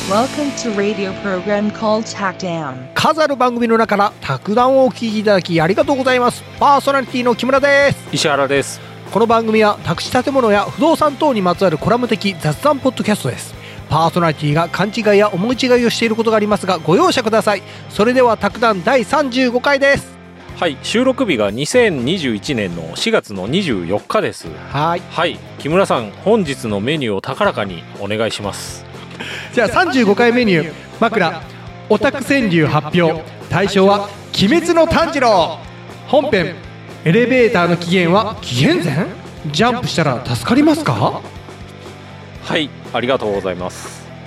Welcome to radio program called Tackdown. 数ある番組の中から卓談をお聞きいただきありがとうございます。パーソナリティの木村です。 石原です。 この番組は宅地建物や不動産等にまつわるコラム的雑談ポッドキャストです。パーソナリティが勘違いや思い違いをしていることがありますがご容赦ください。それでは卓談第35回です。 はい、収録日が2021年の4月の24日です。 はい、 木村さん、本日のメニューを高らかにお願いします。 じゃあ35回メニュー、枕オタク川柳発表。対象は鬼滅の炭治郎。本編、エレベーターの起源は紀元前？ジャンプしたら助かりますか？ はい、ありがとうございます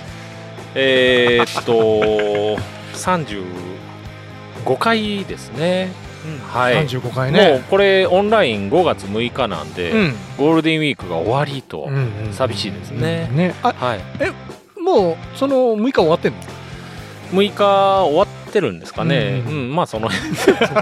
。35回ですね。はい、 35回ね。 もうこれオンライン5月6日なんで、ゴールデンウィークが終わりと、寂しいですね。はい。 もうその6日終わってんの ？6日終わってるんですかね。まあその辺全然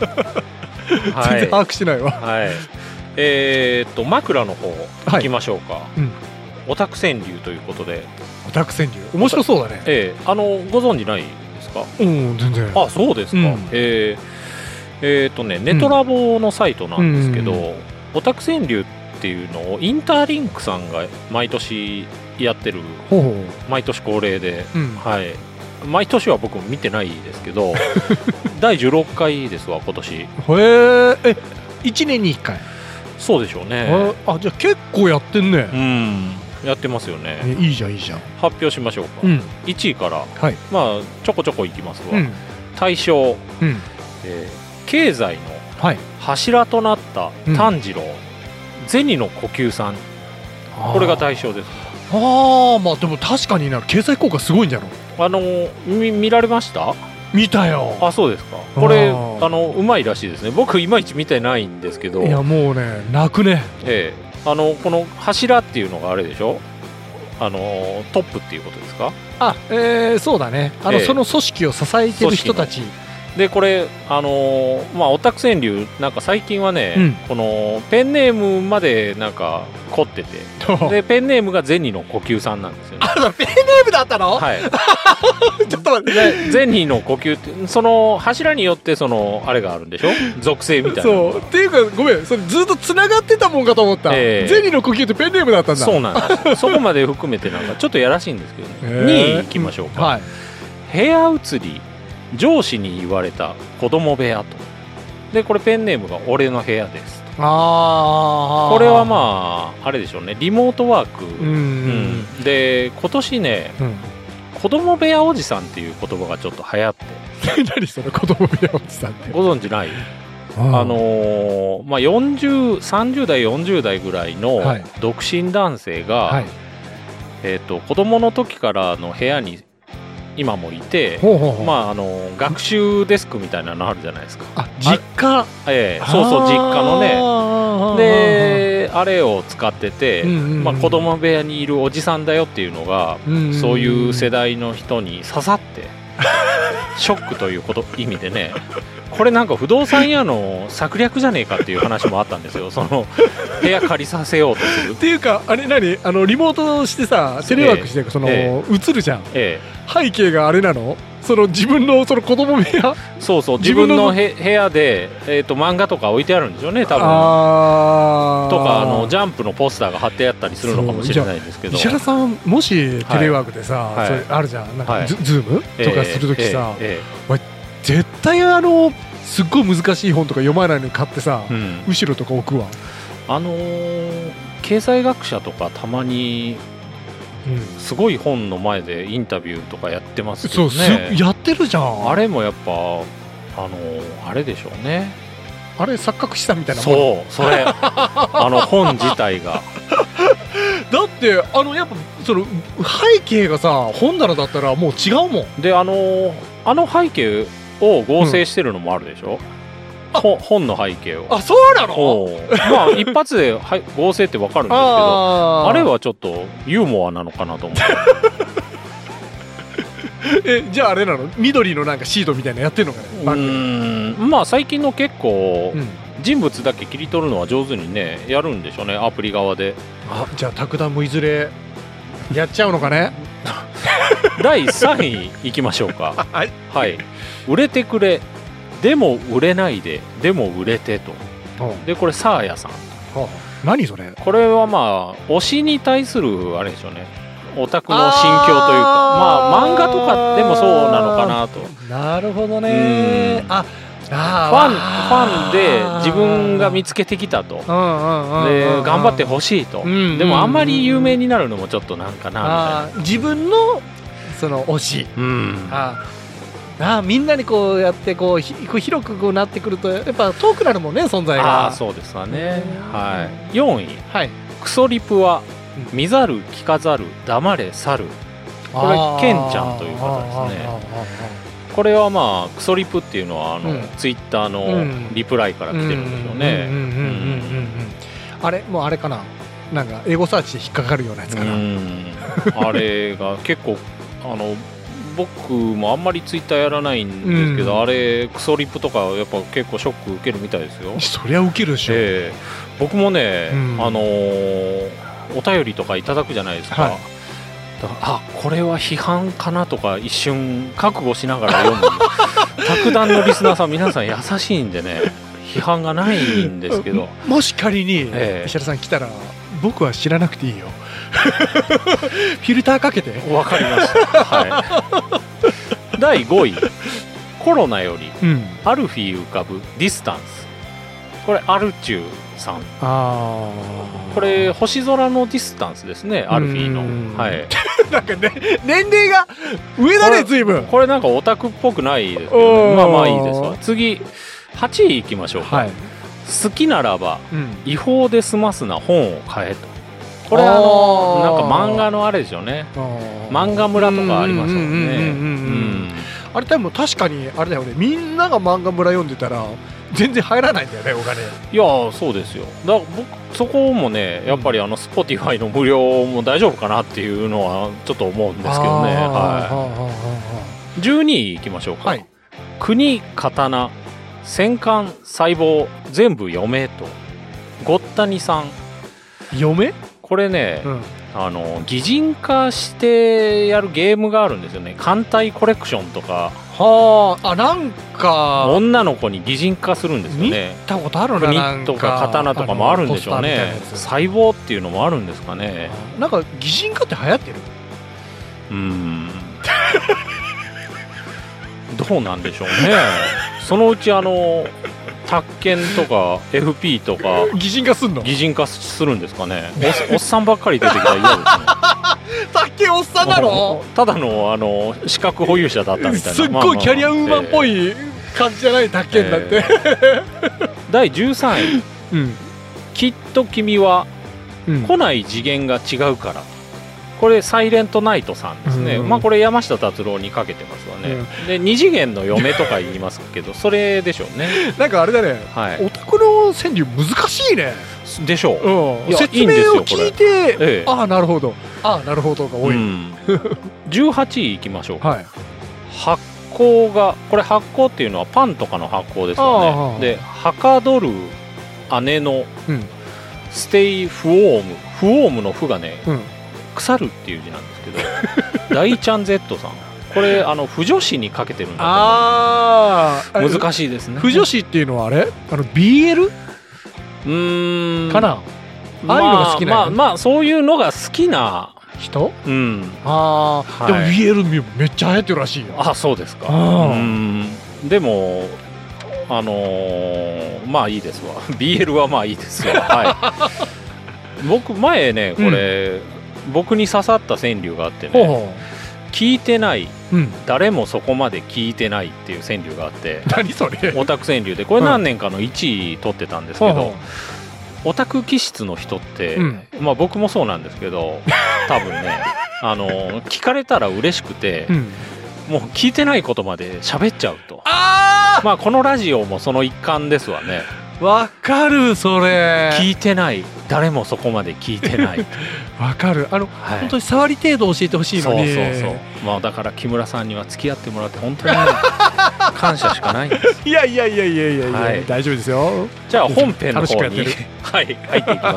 把握してないわ。 はい。枕の方行きましょうか。オタク川柳ということで。 オタク川柳面白そうだね。 ご存知ないですか？ 全然。 あ、そうですか。ネトラボのサイトなんですけど、オタク川柳っていうのをインターリンクさんが毎年やってる、毎年恒例で、毎年は僕も見てないですけど第16回ですわ今年。 1年に1回。 そうでしょうね。 じゃあ結構やってんね。 やってますよね。 いいじゃん。 発表しましょうか。1位から、まあちょこちょこいきますわ。大賞、経済の柱となった炭治郎、銭の呼吸さん、これが大賞です。 まあでも確かにな、経済効果すごいんじゃろ。 見られました？ 見たよ。 あ、そうですか。これうまいらしいですね。僕いまいち見てないんですけど。 いやもうね、泣くね。 この柱っていうのがあれでしょ、トップっていうことですか？ そうだね。その組織を支えてる人たちで、これオタク川柳なんか最近はね、このペンネームまでなんか凝ってて、でペンネームが銭の呼吸さんなんですよね。 ペンネームだったの？ はいちょっと待って。 銭の呼吸ってその柱によってそのあれがあるんでしょ、属性みたいな。 そうっていうか、ごめん、それずっとつながってたもんかと思った。銭の呼吸ってペンネームだったんだ。 そうなんですそこまで含めてなんかちょっとやらしいんですけどね。2位いきましょうか。部屋移り上司に言われた子供部屋と。でこれペンネームが俺の部屋です。これはまああれでしょうね、リモートワーク。で今年ね、子供部屋おじさんっていう言葉がちょっと流行って何それ、子供部屋おじさんってご存知ない？30代40代ぐらいの独身男性が、子供の時からの部屋に今もいて、学習デスクみたいなのあるじゃないですか。 実家。 そう実家のね。であれを使ってて、子供部屋にいるおじさんだよっていうのが、そういう世代の人に刺さってショックという意味でね、これなんか不動産屋の策略じゃねえかっていう話もあったんですよ。その部屋借りさせようとするっていうか、あれ何、リモートしてさ、テレワークしてその、映るじゃん。背景があれなの、その自分のその子供部屋。そう自分の部屋で、漫画とか置いてあるんでしょうね多分。とかジャンプのポスターが貼ってあったりするのかもしれないんですけど。石原さんもしテレワークでさ、それあるじゃん、なんかズームとかするときさ、絶対すっごい難しい本とか読まないのに買ってさ、後ろとか置くわ。経済学者とかたまにすごい本の前でインタビューとかやってますよね。やってるじゃん。あれもやっぱあれでしょうね。あれ錯覚したみたいなもん。それ本自体がだってやっぱその背景がさ、本棚だったらもう違うもん。で背景を合成してるのもあるでしょ、本の背景を。そうなの？まあ一発で合成って分かるんですけどあれはちょっとユーモアなのかなと思ってじゃああれなの、緑のなんかシートみたいなやってるのかね。まあ最近の結構、人物だけ切り取るのは上手にねやるんでしょうね、アプリ側で。じゃあ卓談もいずれやっちゃうのかね第3位いきましょうか。 はい、 はい、売れてくれでも売れないででも売れてと。でこれサーヤさん。 何それ。 これはまあ推しに対するあれでしょうね、オタクの心境というか、まあ漫画とかでもそうなのかなと。 なるほどね。 ファンで自分が見つけてきたと、で頑張ってほしいと、でもあんまり有名になるのもちょっとなんかなみたいな、 自分のその推し、みんなにこうやってこう広くこうなってくるとやっぱ遠くなるもんね、存在が。 そうですわね。はい、4位、 はい、 クソリプは見ざる聞かざる黙れ去る。これケンちゃんという方ですね。これはまあクソリプっていうのはツイッターのリプライから来てるんでしょうね。 あれもうあれかな、なんか英語サーチで引っかかるようなやつかな。あれが結構僕もあんまりツイッターやらないんですけど、あれクソリプとかやっぱ結構ショック受けるみたいですよ。 そりゃ受けるでしょ。 僕もね、お便りとかいただくじゃないですか。これは批判かなとか一瞬覚悟しながら読む卓談のリスナーさん皆さん優しいんでね、批判がないんですけど、 もし仮に石原さん来たら僕は知らなくていいよ。フィルターかけて。わかりました。 はい、第5位、コロナよりアルフィー浮かぶディスタンス。これアルチューさん。これ星空のディスタンスですね、アルフィーの。はい。 なんかね、年齢が上だね、随分。 これなんかオタクっぽくないですけど、まあまあいいですわ。次8位いきましょうか。好きならば違法で済ますな本を買えと。これなんか漫画のあれでしょうね。漫画村とかありますもんね。 あれ多分確かにあれだよね、みんなが漫画村読んでたら全然入らないんだよね、お金。 いやそうですよ。だから僕そこもね、やっぱりSpotify の無料も大丈夫かなっていうのはちょっと思うんですけどね。12位いきましょうか。国刀戦艦細胞全部読めと。ごったにさん。 読め？ これね、擬人化してやるゲームがあるんですよね。艦隊コレクションとか。 なんか女の子に擬人化するんですよね。 見たことあるな。 国とか刀とかもあるんでしょうね。細胞っていうのもあるんですかね。 なんか擬人化って流行ってる？ どうなんでしょうね。そのうち宅建とか FP とか擬人化すんの？ 擬人化するんですかね。おっさんばっかり出てきたら嫌ですね。 宅建おっさんなの？ ただの資格保有者だったみたいな。 すっごいキャリアウーマンっぽい感じじゃない、宅建だって。 第13位、きっと君は来ない次元が違うから。これサイレントナイトさんですね。まあこれ山下達郎にかけてますわね。で二次元の嫁とか言いますけど、それでしょうね。 なんかあれだね、オタクの川柳難しいね。 でしょう。 説明を聞いて、なるほど、なるほどが多い。 18位いきましょうか。発酵が、これ発酵っていうのはパンとかの発酵ですよね。ではかどる姉のステイフォーム、フォームのフがね、腐るっていう字なんですけど、大ちゃん Z さん、これ腐女子にかけてるんだと思う。難しいですね。 腐女子っていうのはあれBL かな。ああいうのが好きな。 まあそういうのが好きな人。でも BL めっちゃ流行ってるらしいよ。そうですか。でもまあいいですわ。BL はまあいいですわ。僕前ね、これ僕に刺さった川柳があってね、聞いてない、誰もそこまで聞いてないっていう川柳があって、 何それ？ オタク川柳で、これ何年かの1位取ってたんですけど、オタク気質の人って、まあ僕もそうなんですけど、多分ね聞かれたら嬉しくて、もう聞いてないことまで喋っちゃうと。まあこのラジオもその一環ですわね。 わかる、それ。 聞いてない、誰もそこまで聞いてない。 わかる。本当に触り程度教えてほしいのに。 そうまあだから木村さんには付き合ってもらって本当に感謝しかないんです。 いや大丈夫ですよ。 じゃあ本編の方に入っていきます。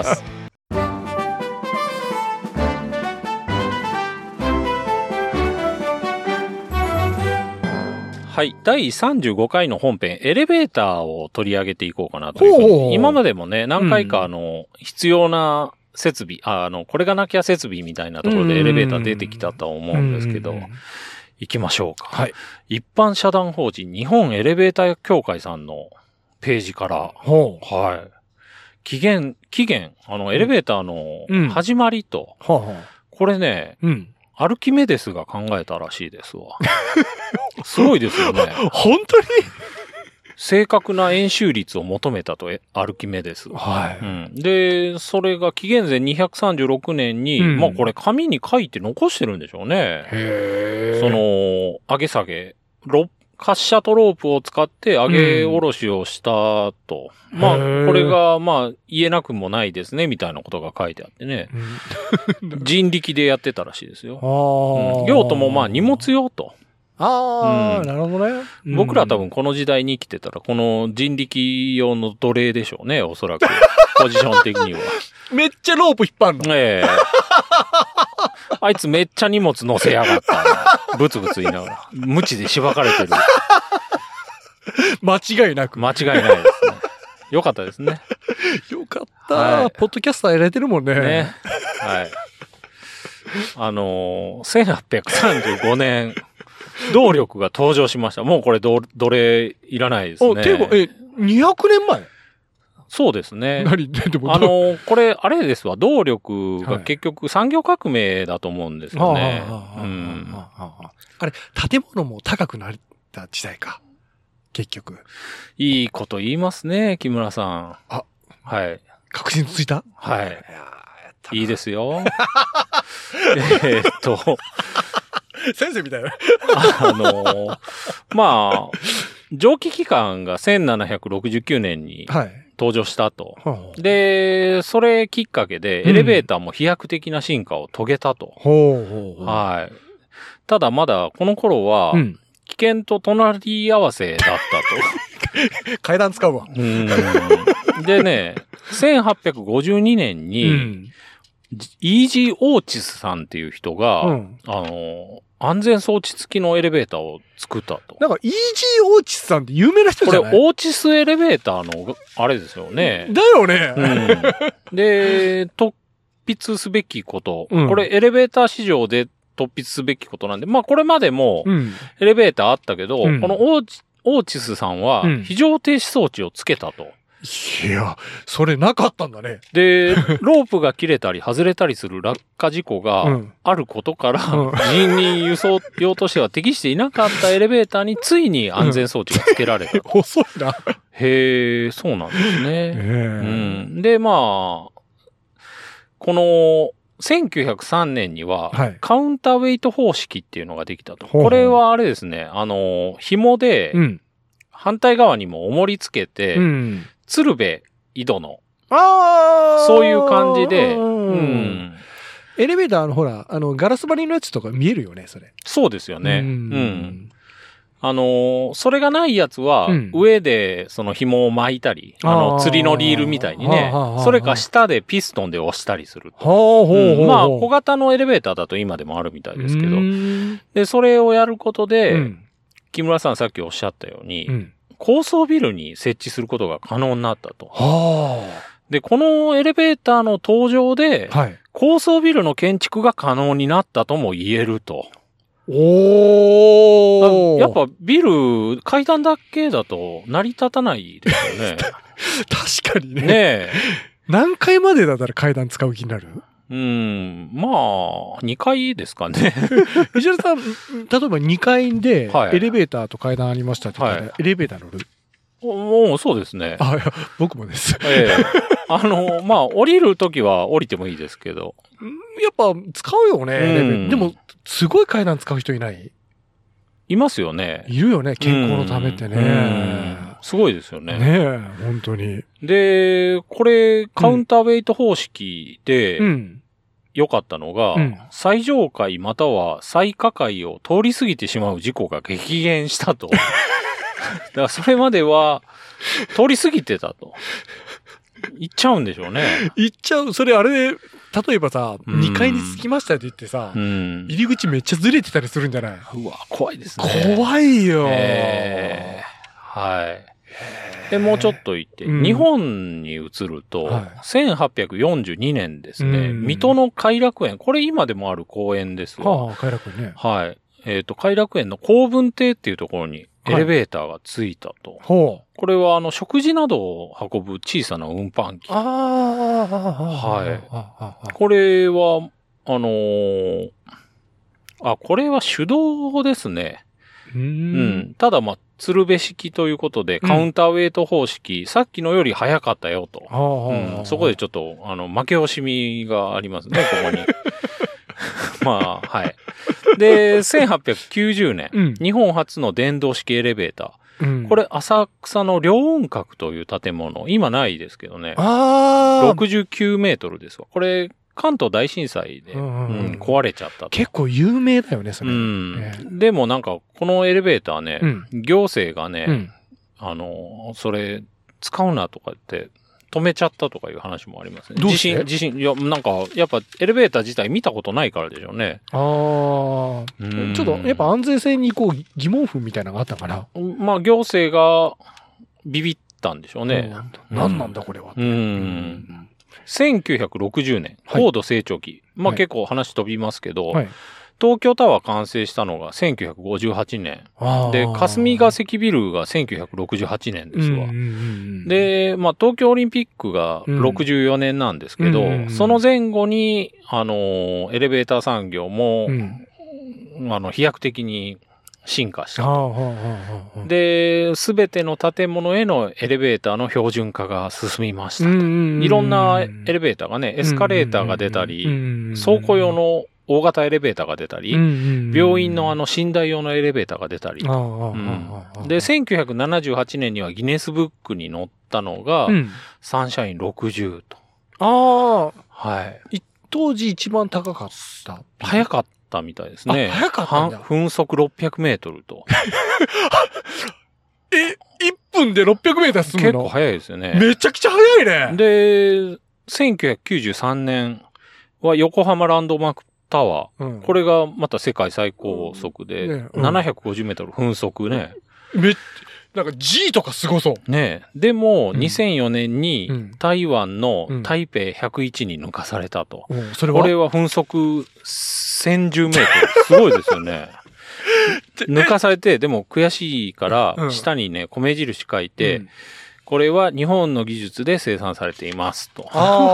はい。第35回の本編、エレベーターを取り上げていこうかなというふうに。今までもね、何回か必要な設備、これがなきゃ設備みたいなところでエレベーター出てきたと思うんですけど、行きましょうか。 はい。 一般社団法人日本エレベーター協会さんのページから、はい。期限、エレベーターの始まりと、これね、アルキメデスが考えたらしいですわ。すごいですよね。 本当に正確な円周率を求めたとアルキメデス。 はい。 で、それが紀元前236年に、まあこれ紙に書いて残してるんでしょうね。その、上げ下げ、滑車とロープを使って上げ下ろしをしたと。まあ、これが、まあ、言えなくもないですね、みたいなことが書いてあってね。人力でやってたらしいですよ。用途もまあ、荷物用と。 なるほどね。 僕ら多分この時代に生きてたら、この人力用の奴隷でしょうね、おそらく。ポジション的には。 めっちゃロープ引っ張るの。 あいつめっちゃ荷物乗せやがった。ブツブツ言いながら。無知でしばかれてる。 間違いなく。 間違いないですね。よかったですね。 よかった。ポッドキャスターやられてるもんね。 ね。はい。1835年、動力が登場しました。もうこれ奴隷いらないですね。 200年前そうですね。 でもこれ、あれですわ、動力が結局産業革命だと思うんですよね。 あれ、建物も高くなった時代か。結局。 いいこと言いますね、木村さん。はい。 確信ついた？ はい。いいですよ。 先生みたいな。 まあ、蒸気機関が1769年に登場したと。で、それきっかけでエレベーターも飛躍的な進化を遂げたと。はい。ただまだこの頃は、危険と隣り合わせだったと。 階段使うわ。 でね、1852年に、イージー・オーチスさんっていう人が、安全装置付きのエレベーターを作ったと。 なんか、イージー・オーチスさんって有名な人じゃない？ これ、オーチスエレベーターの、あれですよね。 だよね。 で、突筆すべきこと。これ、エレベーター市場で突筆すべきことなんで、まあ、これまでも、エレベーターあったけど、このオーチスさんは、非常停止装置をつけたと。 いや、それなかったんだね。 で、ロープが切れたり外れたりする落下事故があることから、人員輸送用としては適していなかったエレベーターについに安全装置がつけられた。 遅いな。 へえ、そうなんですね。で、まあ、この、1903年には、カウンターウェイト方式っていうのができたと。これはあれですね、紐で、反対側にも重りつけて、鶴瓶井戸の、そういう感じで、 エレベーターのほら、ガラス張りのやつとか見えるよね、それ。 そうですよね。それがないやつは、上でその紐を巻いたり、釣りのリールみたいにね、それか下でピストンで押したりすると。まあ、小型のエレベーターだと今でもあるみたいですけど、で、それをやることで、木村さんさっきおっしゃったように、高層ビルに設置することが可能になったと。で、このエレベーターの登場で、高層ビルの建築が可能になったとも言えると。やっぱビル、階段だけだと成り立たないですよね。 確かにね。 ねえ。 何階までだったら階段使う気になる？ まあ、2階ですかね。 石原さん、例えば2階でエレベーターと階段ありましたって言ったら、エレベーター乗る？ もうそうですね。 僕もです。 まあ、降りるときは降りてもいいですけど。 やっぱ使うよね。でも、すごい階段使う人いない？ いますよね。 いるよね、健康のためってね。 すごいですよね。 ねえ、本当に。 で、これ、カウンターウェイト方式で、良かったのが、最上階または最下階を通り過ぎてしまう事故が激減したと。だからそれまでは、通り過ぎてたと。 行っちゃうんでしょうね。 行っちゃう。それあれで、例えばさ、2階に着きましたって言ってさ、入り口めっちゃずれてたりするんじゃない？ うわ、怖いですね。 怖いよ。 はい。で、もうちょっと行って、日本に移ると、1842年ですね、水戸の偕楽園、これ今でもある公園ですわ。 偕楽園ね。 はい。偕楽園の公文亭っていうところにエレベーターがついたと。これは食事などを運ぶ小さな運搬機。はい。これは、これは手動ですね。ただ鶴瓶式ということで、カウンターウェイト方式、さっきのより早かったよと。そこでちょっと、負け惜しみがありますね、ここに。はい。で、1890年、日本初の電動式エレベーター。これ、浅草の凌雲閣という建物、今ないですけどね。69メートルですわ。これ、関東大震災で、壊れちゃったと。 結構有名だよね、それ。 でもなんか、このエレベーターね、行政がね、それ、使うなとか言って、止めちゃったとかいう話もありますね。地震、いや、なんか、やっぱエレベーター自体見たことないからでしょうね。ちょっと、やっぱ安全性にこう疑問符みたいなのがあったから。 行政がビビったんでしょうね。 何なんだこれは。 1960年、高度成長期。結構話飛びますけど、東京タワー完成したのが1958年。で、霞が関ビルが1968年ですわ。で、東京オリンピックが64年なんですけど、その前後に、エレベーター産業も、飛躍的に進化したと。で、すべての建物へのエレベーターの標準化が進みましたと。いろんなエレベーターがね、エスカレーターが出たり、倉庫用の大型エレベーターが出たり、病院の寝台用のエレベーターが出たり。で、1978年にはギネスブックに載ったのが、サンシャイン60と。 当時一番高かった。 早かったみたいですね。 早かったんだ。 分速600メートルと。 1分で600メーター進むの？ 結構速いですよね。 めちゃくちゃ速いね。 で、1993年は横浜ランドマークタワー。これがまた世界最高速で、750メートル分速ね。 なんか G とかすごそう。 ねえ。でも、2004年に台湾の台北101に抜かされたと。これは分速1010メートル。すごいですよね。抜かされて、でも悔しいから、下にね、米印書いて、これは日本の技術で生産されていますと。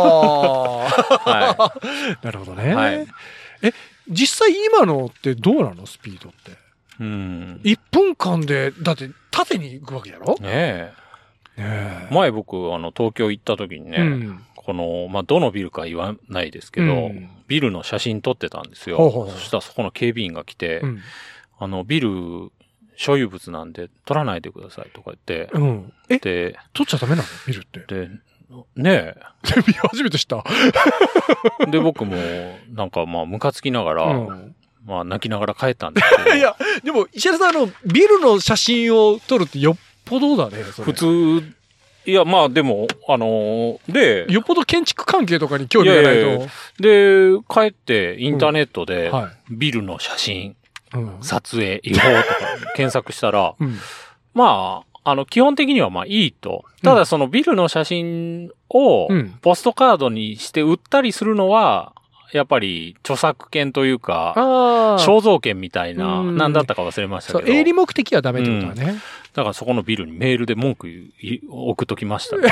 なるほどね。実際今のってどうなの？スピードって。1分間で、だって縦に行くわけやろ？ねえ。前僕、東京行った時にね、この、どのビルか言わないですけど、ビルの写真撮ってたんですよ。そしたらそこの警備員が来て、ビル、所有物なんで撮らないでくださいとか言って、 で、撮っちゃダメなの？ビルって。 で、ねえ。 初めて知った。 で、僕も、なんかムカつきながら、泣きながら帰ったんですけど。 いや、でも、石原さん、ビルの写真を撮るってよっぽどだね、それ。 普通、いや、でも、で、 よっぽど建築関係とかに興味がないと。 で、帰ってインターネットで、ビルの写真、撮影、違法とか検索したら、基本的にはいいと。ただそのビルの写真をポストカードにして売ったりするのは、やっぱり著作権というか、肖像権みたいな、何だったか忘れましたけど。 営利目的はダメってことだね。 だからそこのビルにメールで文句送っときましたね。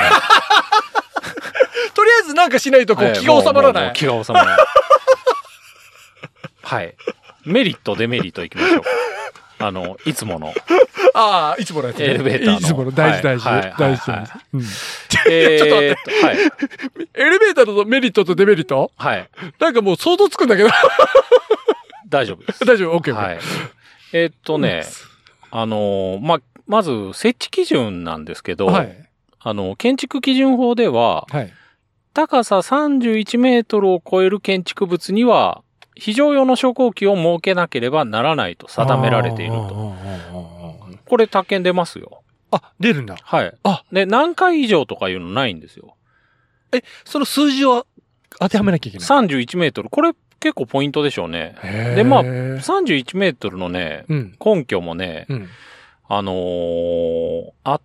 とりあえずなんかしないと気が収まらない。 気が収まらない。はい。メリット、デメリットいきましょう。いつもの。 いつものやつね。 エレベーターの。 いつもの大事。ちょっと待って。エレベーターのメリットとデメリット？なんかもう想像つくんだけど。 大丈夫です。 大丈夫、OK。 まず、設置基準なんですけど、建築基準法では、高さ31メートルを超える建築物には、非常用の昇降機を設けなければならないと定められていると。これ、宅建出ますよ。 出るんだ。 で、何回以上とかいうのないんですよ。 その数字を当てはめなきゃいけない。 31メートル。これ結構ポイントでしょうね。で、まあ、31メートルのね、根拠もね、あって、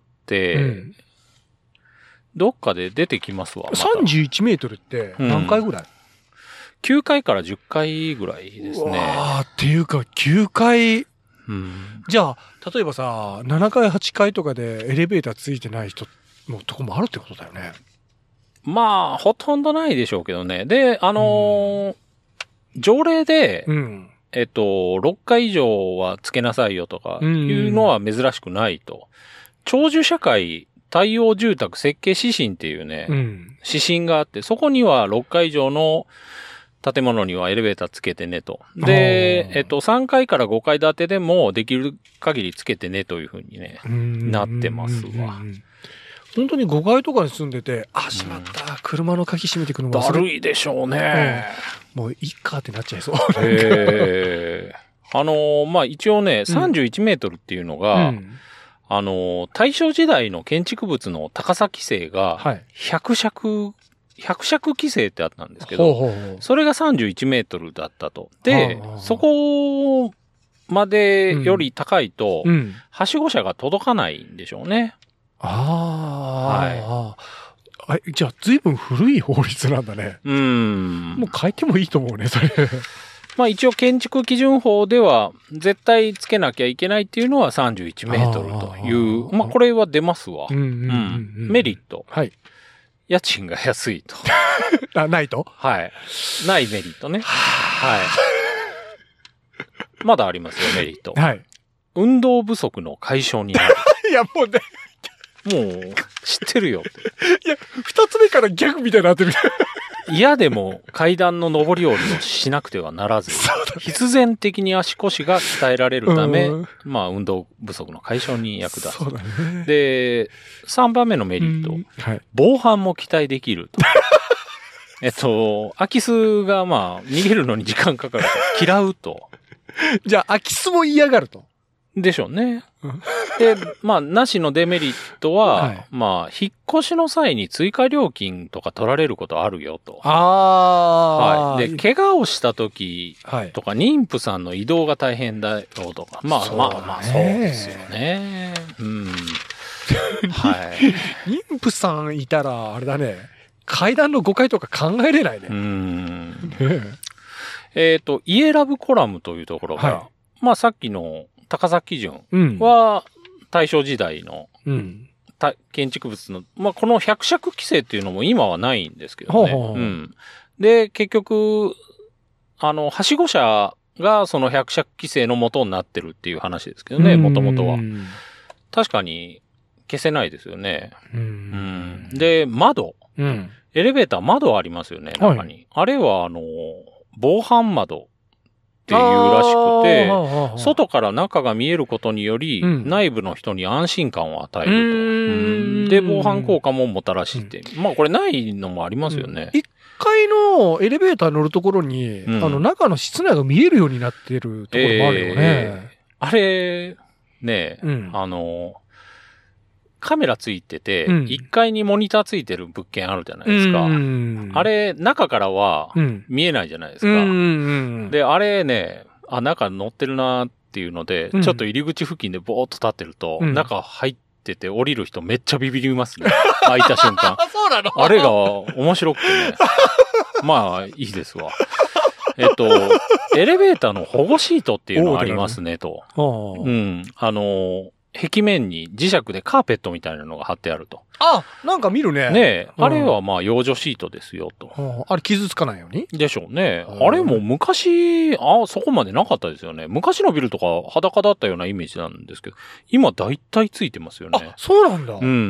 どっかで出てきますわ。 31メートルって何回ぐらい ？9回から10回ぐらいですね。 っていうか、9回、じゃあ、例えばさ、7回、8回とかでエレベーターついてない人のとこもあるってことだよね。 まあ、ほとんどないでしょうけどね。で、条例で、6回以上はつけなさいよとかいうのは珍しくないと。長寿社会対応住宅設計指針っていうね、指針があって、そこには6回以上の建物にはエレベーターつけてねと。で、3階から5階建てでもできる限りつけてねというふうにね、なってますわ。 本当に5階とかに住んでて、しまった。車の鍵閉めてくるのだるいでしょうね。 もういいかってなっちゃいそう。 まあ一応ね、31メートルっていうのが、大正時代の建築物の高さ規制が、100尺規制ってあったんですけど、それが31メートルだったと。で、そこまでより高いと、はしご車が届かないんでしょうね。 じゃあ、随分古い法律なんだね。もう変えてもいいと思うね、それ。 まあ一応建築基準法では絶対つけなきゃいけないっていうのは31メートルという、まあこれは出ますわ。メリット。家賃が安いと。 ないと？ ないメリットね。まだありますよ、メリット。運動不足の解消になる。 いや、もうね。 もう、知ってるよって。 いや、二つ目からギャグみたいになってる。 嫌でも階段の上り下りをしなくてはならず、必然的に足腰が鍛えられるため、まあ運動不足の解消に役立つ。で、3番目のメリット、防犯も期待できると。空き巣がまあ逃げるのに時間かかると嫌うと。 じゃあ空き巣も嫌がると。 でしょうね。で、まあ、なしのデメリットは、まあ、引っ越しの際に追加料金とか取られることあるよと。で、怪我をした時とか、妊婦さんの移動が大変だよとか。まあ、そうですよね。 妊婦さんいたら、あれだね、階段の5階とか考えれないね。 家ラブコラムというところが、まあ、さっきの、高さ基準は大正時代の建築物の、まあ、この100尺規制っていうのも今はないんですけどね。で、結局、はしご車がその100尺規制の元になってるっていう話ですけどね、もともとは。確かに消せないですよね。で、窓。エレベーター窓ありますよね、中に。あれは防犯窓。っていうらしくて、外から中が見えることにより、内部の人に安心感を与えると。で、防犯効果ももたらして。まあこれないのもありますよね。 1階のエレベーター乗るところに、中の室内が見えるようになってるところもあるよね。 あれ、ね、カメラついてて、1階にモニターついてる物件あるじゃないですか。あれ、中からは見えないじゃないですか。で、あれね、中乗ってるなっていうので、ちょっと入り口付近でぼーっと立ってると、中入ってて降りる人めっちゃビビりますね。開いた瞬間。 そうなの？ あれが面白くてね。まあ、いいですわ。エレベーターの保護シートっていうのがありますね、と。壁面に磁石でカーペットみたいなのが貼ってあると。 なんか見るね。 ねえ、あれはまあ養女シートですよと。 あれ傷つかないようにでしょうね。あれも昔、そこまでなかったですよね。昔のビルとか裸だったようなイメージなんですけど、今大体ついてますよね。 そうなんだ。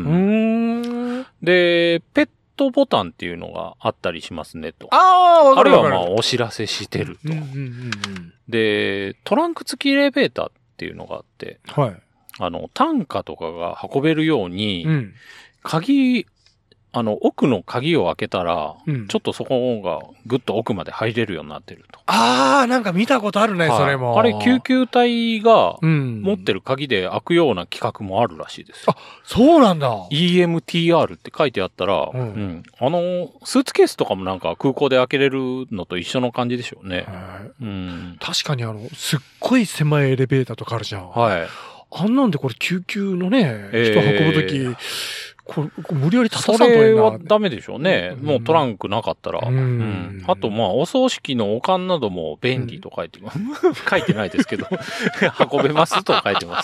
で、ペットボタンっていうのがあったりしますねと。 あれはまあお知らせしてると。で、トランク付きエレベーターっていうのがあって、担架とかが運べるように、鍵、 奥の鍵を開けたら、 うん、 ちょっとそこがぐっと奥まで入れるようになってると。 ああ、なんか見たことあるね、それも。 あれ、救急隊が持ってる鍵で開くような企画もあるらしいですよ。 あ、そうなんだ。 EMTR って書いてあったら、スーツケースとかもなんか空港で開けれるのと一緒の感じでしょうね。 確かにすっごい狭いエレベーターとかあるじゃん。はい。あんなんでこれ救急のね、人運ぶとき、これ無理やり立たさんとそれはダメでしょうね。もうトランクなかったら。あとお葬式のおかんなども便利と書いてます。書いてないですけど、運べますと書いてます。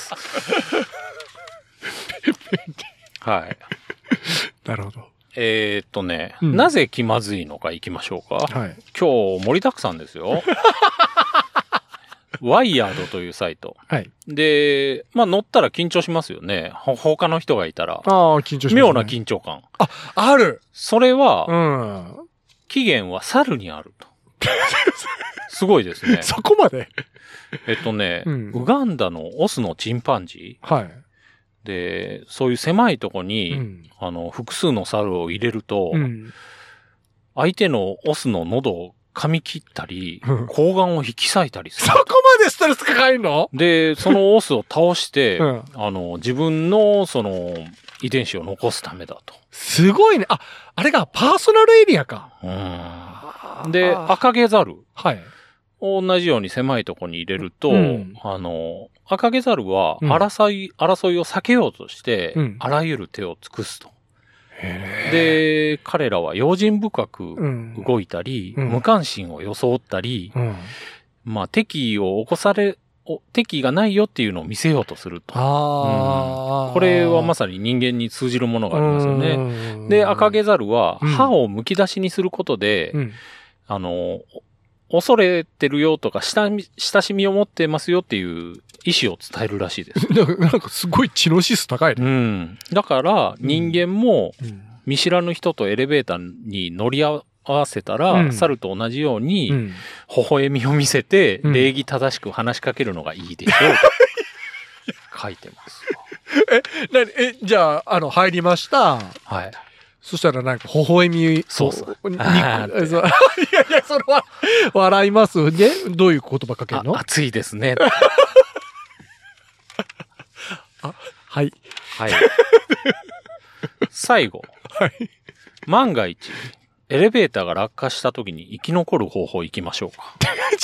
はい。 なるほど。 なぜ気まずいのか行きましょうか。はい、今日盛りだくさんですよ。ワイヤードというサイト。はい。で、乗ったら緊張しますよね。他の人がいたら。 緊張しますね。 妙な緊張感。 ある。 それは、起源は猿にあると。すごいですね。 そこまでウガンダのオスのチンパンジー。はい。で、そういう狭いとこに、複数の猿を入れると、相手のオスの喉を噛み切ったり、睾丸を引き裂いたりする。 そこまでストレスかかるの？ で、そのオスを倒して、自分の遺伝子を残すためだと。 すごいね。あれがパーソナルエリアか。 で、赤毛ザル。はい。同じように狭いとこに入れると、赤毛ザルは争いを避けようとして、あらゆる手を尽くすと。で、彼らは用心深く動いたり、無関心を装ったり、敵意がないよっていうのを見せようとすると。これはまさに人間に通じるものがありますよね。で、赤毛ザルは歯を剥き出しにすることで、恐れてるよとか、親しみを持ってますよっていう意思を伝えるらしいです。 なんかすごい知能指数高いね。 だから人間も見知らぬ人とエレベーターに乗り合わせたら、猿と同じように微笑みを見せて礼儀正しく話しかけるのがいいでしょうと書いてます。 じゃあ、入りました。はい。そしたらなんか微笑み。 そうそう。いやいや、それは笑いますね。どういう言葉かけるの？ 暑いですね。 はい。 はい。最後。はい。万が一、エレベーターが落下した時に生き残る方法行きましょうか。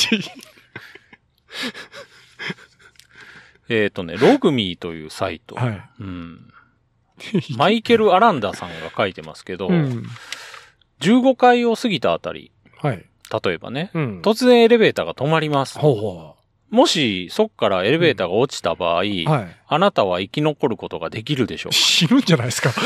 ログミーというサイト。はい。マイケル・アランダさんが書いてますけど、15階を過ぎたあたり。はい。例えばね、突然エレベーターが止まります。もし、そっからエレベーターが落ちた場合、あなたは生き残ることができるでしょうか？ 死ぬんじゃないですか。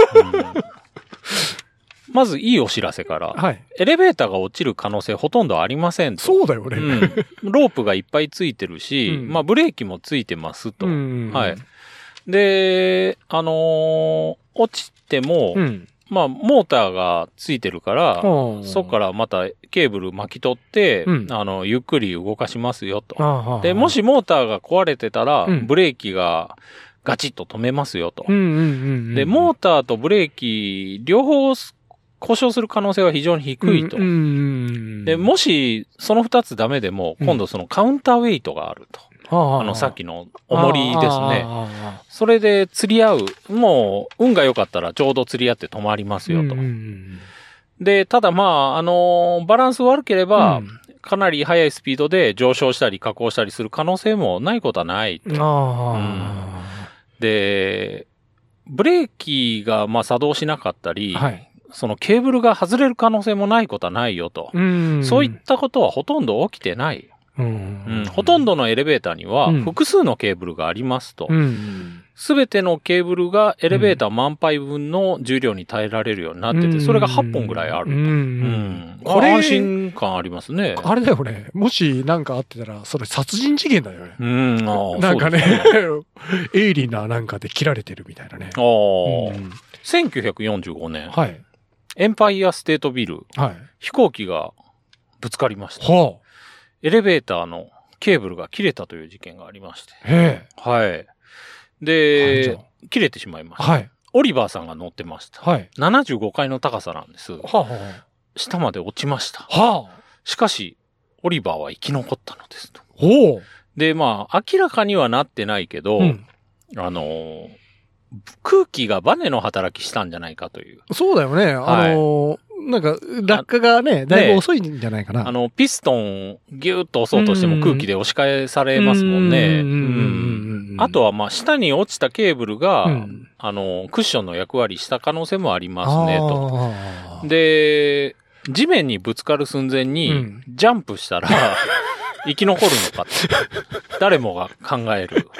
まず、いいお知らせから、エレベーターが落ちる可能性ほとんどありませんと。 そうだよね。 ロープがいっぱいついてるし、ブレーキもついてますと。はい。で、落ちても、モーターがついてるから、そこからまたケーブル巻き取って、ゆっくり動かしますよと。で、もしモーターが壊れてたら、ブレーキがガチッと止めますよと。で、モーターとブレーキ、両方故障する可能性は非常に低いと。で、もし、その2つダメでも、今度そのカウンターウェイトがあると。さっきの重りですね。それで釣り合う。もう、運が良かったらちょうど釣り合って止まりますよと。で、ただバランス悪ければ、かなり速いスピードで上昇したり下降したりする可能性もないことはないと。で、ブレーキが作動しなかったり、そのケーブルが外れる可能性もないことはないよと。そういったことはほとんど起きてない。ほとんどのエレベーターには複数のケーブルがありますと。すべてのケーブルがエレベーター満杯分の重量に耐えられるようになってて、それが8本ぐらいあると。これ安心感ありますね。 あれだよね。もしなんかあってたら、それ殺人事件だよね。なんかね、鋭利ななんかで切られてるみたいなね。 1945年、エンパイアステートビル、飛行機がぶつかりました。エレベーターのケーブルが切れたという事件がありまして。はい。で、切れてしまいました。 オリバーさんが乗ってました。 はい。 75階の高さなんです。 はあ、は下まで落ちました。 はあ。 しかし、オリバーは生き残ったのですと。 おお。 で、まあ、明らかにはなってないけど、空気がバネの働きしたんじゃないかという。 そうだよね。なんか、落下がね、だいぶ遅いんじゃないかな。 ピストンをギューッと押そうとしても空気で押し返されますもんね。あとは、まあ、下に落ちたケーブルが、クッションの役割した可能性もありますね、と。で、地面にぶつかる寸前に、ジャンプしたら、生き残るのかと。誰もが考える。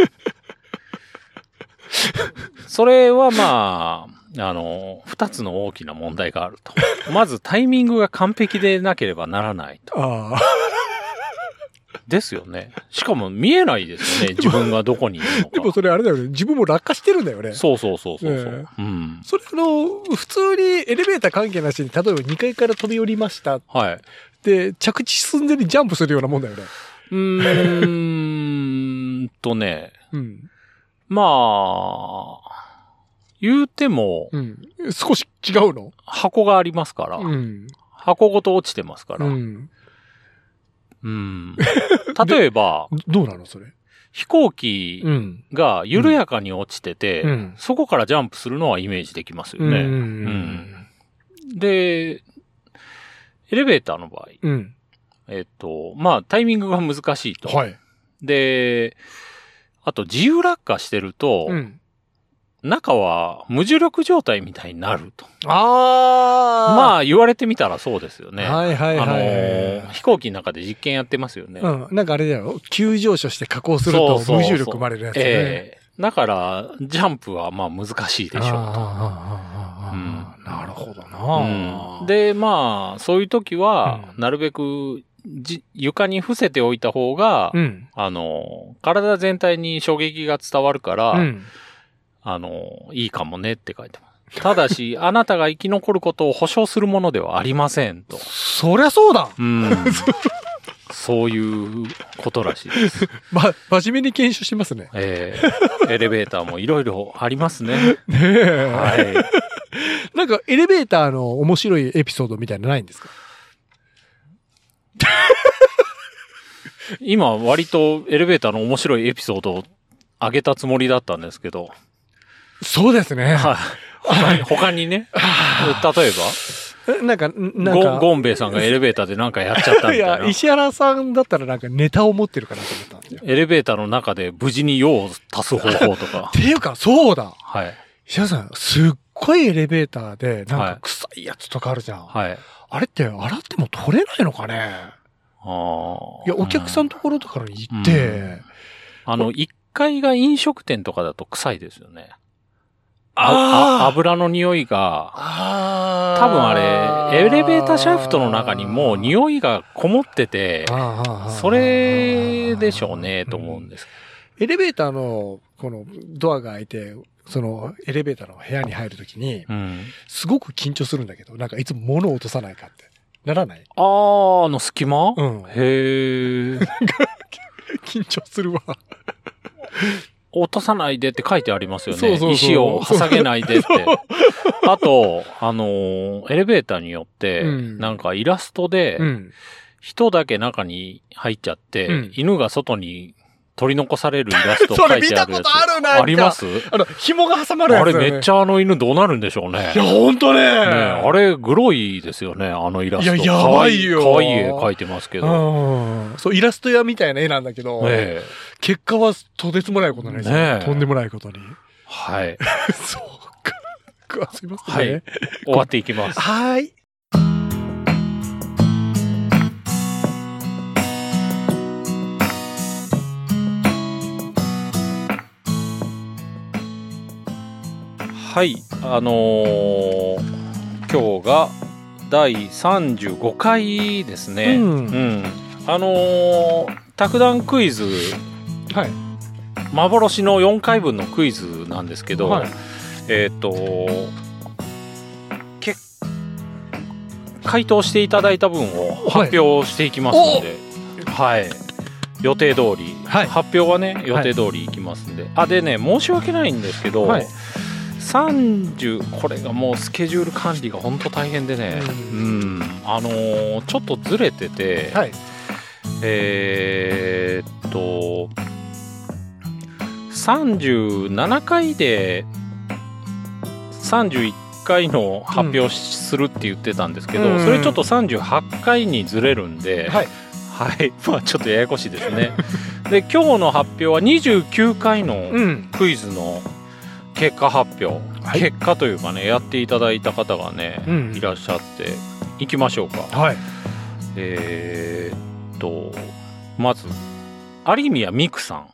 それはまあ、二つの大きな問題があると。まずタイミングが完璧でなければならないと。ですよね。しかも見えないですよね。自分がどこにいるのか。 でもそれあれだよね。自分も落下してるんだよね。 そう。うん。 それ普通にエレベーター関係なしに、例えば2階から飛び降りました。 はい。 で、着地寸前にジャンプするようなもんだよね。 ね。まあ、言うても、 少し違うの？ 箱がありますから、箱ごと落ちてますから。例えば、 どうなのそれ？ 飛行機が緩やかに落ちてて、そこからジャンプするのはイメージできますよね。で、エレベーターの場合、まあ、タイミングが難しいと。 はい。 で、あと自由落下してると、中は無重力状態みたいになると。まあ言われてみたらそうですよね。飛行機の中で実験やってますよね。 なんかあれだよ。急上昇して下降すると無重力生まれるやつね。 だから、ジャンプはまあ難しいでしょうと。 なるほどな、 で、まあ、そういう時は、なるべく床に伏せておいた方が、体全体に衝撃が伝わるから、いいかもねって書いてます。ただし、あなたが生き残ることを保証するものではありませんと。 そりゃそうだ。 そういうことらしいです。 真面目に検証してますね。 エレベーターもいろいろありますね。 なんかエレベーターの面白いエピソードみたいなのないんですか？ 今割とエレベーターの面白いエピソードをあげたつもりだったんですけど。 そうですね。 他にね。例えばなんかゴンベイさんがエレベーターでなんかやっちゃったみたいな。 いや、石原さんだったらなんかネタを持ってるかなと思ったんですよ。 エレベーターの中で無事に用を足す方法とか。 っていうか、そうだ。 はい。 石原さん、すっごいエレベーターで、なんか臭いやつとかあるじゃん。 はい。 あれって洗っても取れないのかね？いや、お客さんのところとかに行って、 1階が飲食店とかだと臭いですよね。油の匂いが、多分あれ、エレベーターシャフトの中にも匂いがこもってて、それでしょうね、と思うんです。 エレベーターの、このドアが開いて、そのエレベーターの部屋に入るときに、すごく緊張するんだけど、なんかいつも物を落とさないかって。ならない？ 隙間？へー。 緊張するわ。 落とさないでって書いてありますよね。石を挟げないでって。あと、エレベーターによって、なんかイラストで、人だけ中に入っちゃって、犬が外に取り残されるイラスト書いてあるやつ。それ見たことあるな。あります？ 紐が挟まるやつ、ね。 あれめっちゃ犬どうなるんでしょうね。 いや、ほんとね。 あれ、グロいですよね、イラスト。 いや、やばいよ。 かわいい絵描いてますけど。 そう、イラスト屋みたいな絵なんだけど、結果はとてつもないことね。とんでもないことに。 はい。 そうか。すいませんね。 はい。終わっていきます。 はい。 はい、今日が第35回ですね。卓談クイズ、幻の4回分のクイズなんですけど、回答していただいた分を発表していきますので、予定通り、発表はね予定通りいきますんで、でね申し訳ないんですけど、 30、これがもうスケジュール管理が本当大変でね、ちょっとずれてて、 はい、 37回で31回の発表するって言ってたんですけど、それちょっと38回にずれるんで、はい、まあちょっとややこしいですね。で今日の発表は29回のクイズの結果発表、結果というかね、やっていただいた方がね、いらっしゃっていきましょうか。はい、まず有宮美久さん。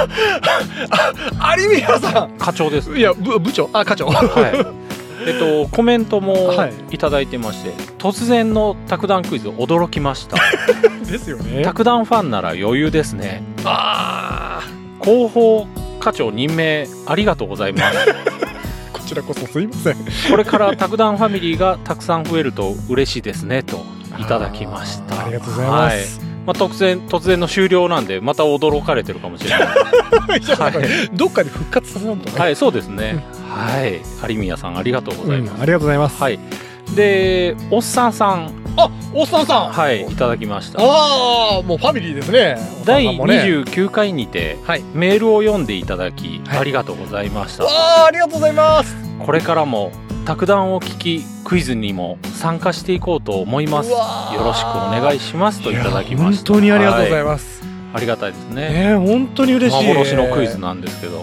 有宮さん課長です、ね、 いや部長課長はいコメントもいただいてまして、突然の卓談クイズ驚きましたですよね。 卓談ファンなら余裕ですね。広報課長任命ありがとうございますこちらこそすいません。 これから卓談ファミリーがたくさん増えると嬉しいですねといただきました。 ありがとうございます、 まあ、突然の終了なんでまた驚かれてるかもしれないはい、 どっかで復活させないとね。 はい、そうですね、はい、有宮さんありがとうございます、 ありがとうございます。 はい、でおっさんさん、 おっさんさん、 はい、いただきました。 もうファミリーですね。 第29回にて、メールを読んでいただき、ありがとうございました。 ありがとうございます。 これからも卓談を聞きクイズにも参加していこうと思います。よろしくお願いしますといただきました。 本当にありがとうございます、 ありがたいですね。 本当に嬉しい。 幻のクイズなんですけど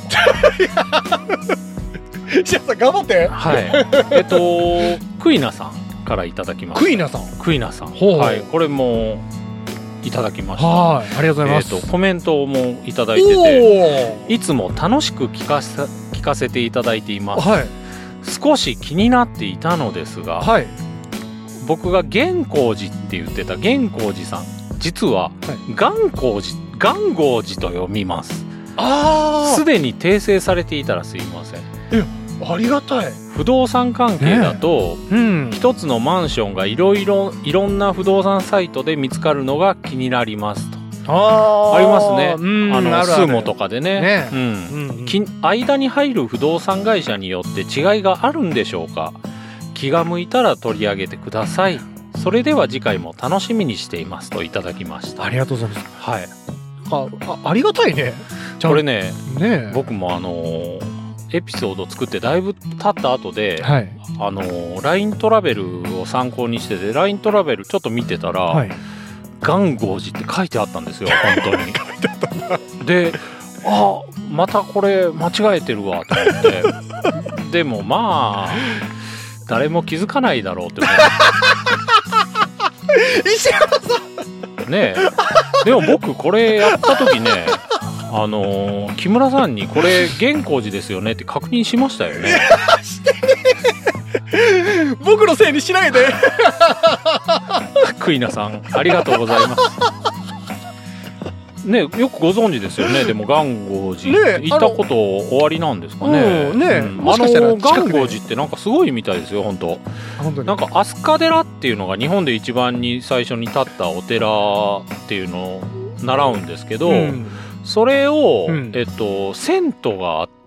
石原さん頑張って。 はいクイナさんからいただきました。クイナさん、はい、これもいただきました。 はい、ありがとうございます。 コメントもいただいてて、いつも楽しく聞かせていただいています、はい、少し気になっていたのですが、はい、僕が元光寺って言ってた元光寺さん、実は元光寺と読みます。すでに訂正されていたらすいません。 ありがたい。 不動産関係だと、一つのマンションがいろんな不動産サイトで見つかるのが気になりますと。ありますね。スーモとかでね。間に入る不動産会社によって違いがあるんでしょうか。気が向いたら取り上げてください。それでは次回も楽しみにしていますといただきました。 ありがとうございます。 はい。 ありがたいね。 これね、僕もエピソード作ってだいぶ経った後で、はい、LINE トラベルを参考にしてて LINE トラベルちょっと見てたら、はい、元光寺って書いてあったんですよ本当にで、またこれ間違えてるわと思ってでもまあ誰も気づかないだろうって思って石原さんねえ、でも僕これやった時ね木村さんにこれ元光寺ですよねって確認しましたよね。 してね僕のせいにしないでクイナさんありがとうございますね。よくご存知ですよね。でも元光寺行ったこと終わりなんですかね。もしかしたら元光寺ってなんかすごいみたいですよ本当。なんか飛鳥寺っていうのが日本で一番に最初に建ったお寺っていうのを習うんですけど、それを、銭湯があって、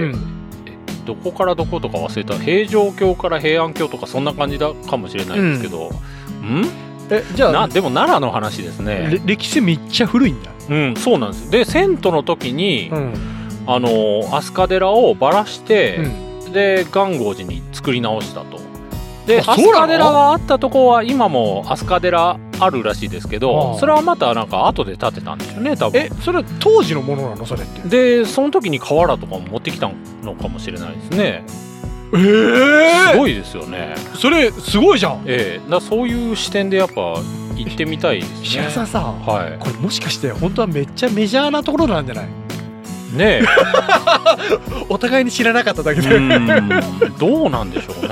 どこからどことか忘れた、平城京から平安京とかそんな感じだかもしれないんですけど、 じゃあでも奈良の話ですね。 歴史めっちゃ古いんだ。 そうなんです。で銭湯の時に、飛鳥寺をばらして、で元光寺に作り直したと。で飛鳥寺があったとこは今も飛鳥寺あるらしいですけど、それはまたなんか後で建てたんでしょうね多分。 それは当時のものなのそれって。 でその時に瓦とかも持ってきたのかもしれないですね。すごいですよね。 それすごいじゃん。 だそういう視点でやっぱ行ってみたいですね。 石原さん、これもしかして本当はめっちゃメジャーなところなんじゃないねお互いに知らなかっただけでどうなんでしょうね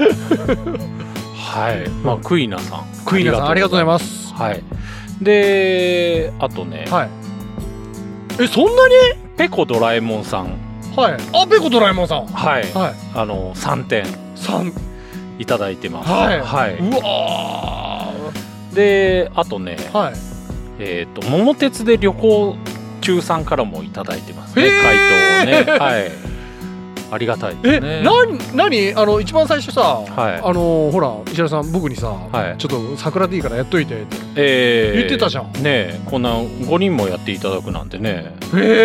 はい、まあクイナさんありがとうございます。 はい。であとね、 そんなにペコドラえもんさん、 ペコドラえもんさん、 3点いただいてます。うわであとね、桃鉄で旅行中さんからもいただいてますね、回答をね。 ありがたいですね。 何一番最初さ、 はい、 ほら石原さん僕にさ、 はい、 ちょっと桜でいいからやっといてって言ってたじゃん。 ね、こんな5人もやっていただくなんてね。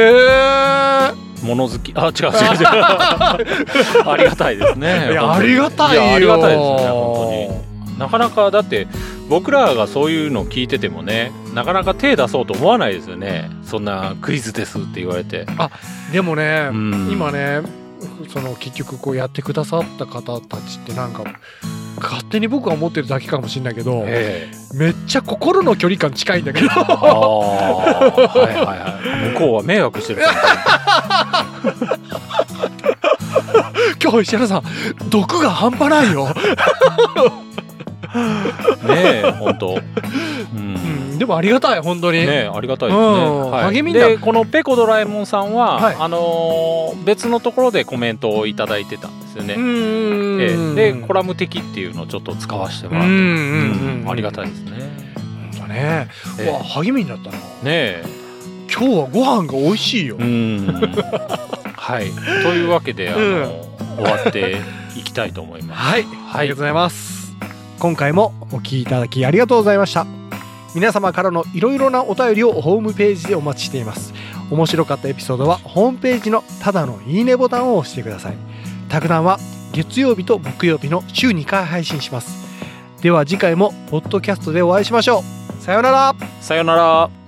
物好き、違うありがたいですね。 いやありがたいよ。 いやありがたいですね本当に。なかなかだって僕らがそういうの聞いててもね、なかなか手出そうと思わないですよね。そんなクイズですって言われて。 でもね、今ねその結局こうやってくださった方たちってなんか勝手に僕は思ってるだけかもしれないけど、めっちゃ心の距離感近いんだけどはいはいはい、向こうは迷惑してる今日石原さん毒が半端ないよねえ本当、 でもありがたい本当にね、ありがたいですね、 励みになる。 でこのペコドラえもんさんは、別のところでコメントをいただいてたんですよね。でコラム的っていうのをちょっと使わせてもらってありがたいですね。 本当ね、励みになったな。ねえ今日はご飯が美味しいよ。 はい、というわけで終わっていきたいと思います。 はい、ありがとうございます。今回もお聞きいただきありがとうございました。皆様からのいろいろなお便りをホームページでお待ちしています。面白かったエピソードはホームページのただのいいねボタンを押してください。卓談は月曜日と木曜日の週2回配信します。では次回もポッドキャストでお会いしましょう。さようなら。 さようなら。